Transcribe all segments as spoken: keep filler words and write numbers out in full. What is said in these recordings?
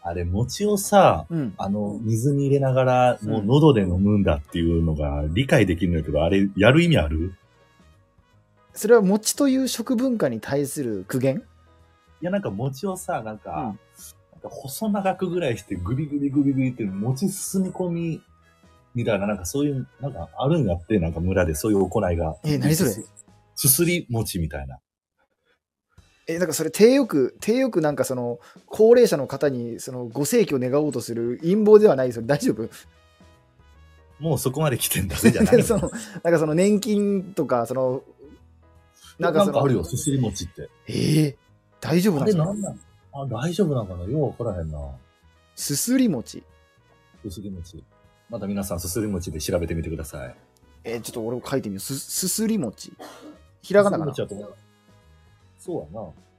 あれ、餅をさ、 うん。 あの、水に入れながら、もう喉で飲むんだっていうのが理解できるんだけど、あれ、やる意味ある？ それは餅という食文化に対する苦言？ いや、なんか餅をさ、なんか、 うん、 なんか細長くぐらいして、グビグビグビグビって餅包み込み、みたいな、なんかそういう、なんかあるんやって、なんか村でそういう行いが。 え、何それ？ すすり餅みたいな。 え、なんかそれ、手よく、手よくなんかその、高齢者の方に、その、ご世紀を願おうとする陰謀ではないですよ。大丈夫？ もうそこまで来てんだぜ、じゃないその、なんかその年金とか、その、 なんかその、なんかあるよ、すすり餅って。 えー、大丈夫なんですか？ あれなんなん？あ、大丈夫なんかな？ようわからへんな。 すすり餅。 すすり餅。また皆さんすすり餅で調べてみてください。 えー、ちょっと俺も書いてみよう。す、すすり餅。ひらがなかな？ すすり餅だと思う。そうや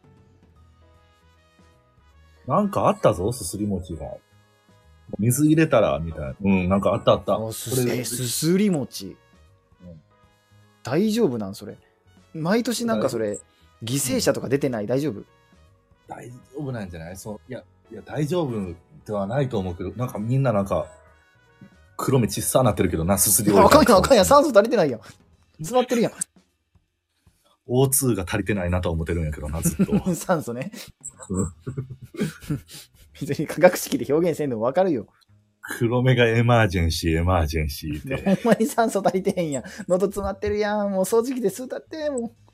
な。なんかあったぞ、すすり餅が。水入れたら、みたいな。うん、なんかあったあった。 あすすえすすり餅、うん、大丈夫なんそれ？毎年なんかそれ犠牲者とか出てない？大丈夫？ 大丈夫なんじゃない？そう、いや、いや、大丈夫ではないと思うけど、なんかみんななんか、黒目ちっさなってるけどな、すすり終えた。 あかんやん、あかんやん、酸素足りてないやん。詰まってるやん。 オーツー が足りてないなとは思ってるんやけどな、ずっと。 酸素ね。別に化学式で表現せんでもわかるよ。 黒目がエマージェンシー、エマージェンシーって。 ほんまに酸素足りてへんやん。喉詰まってるやん。もう掃除機で吸うたって、もう。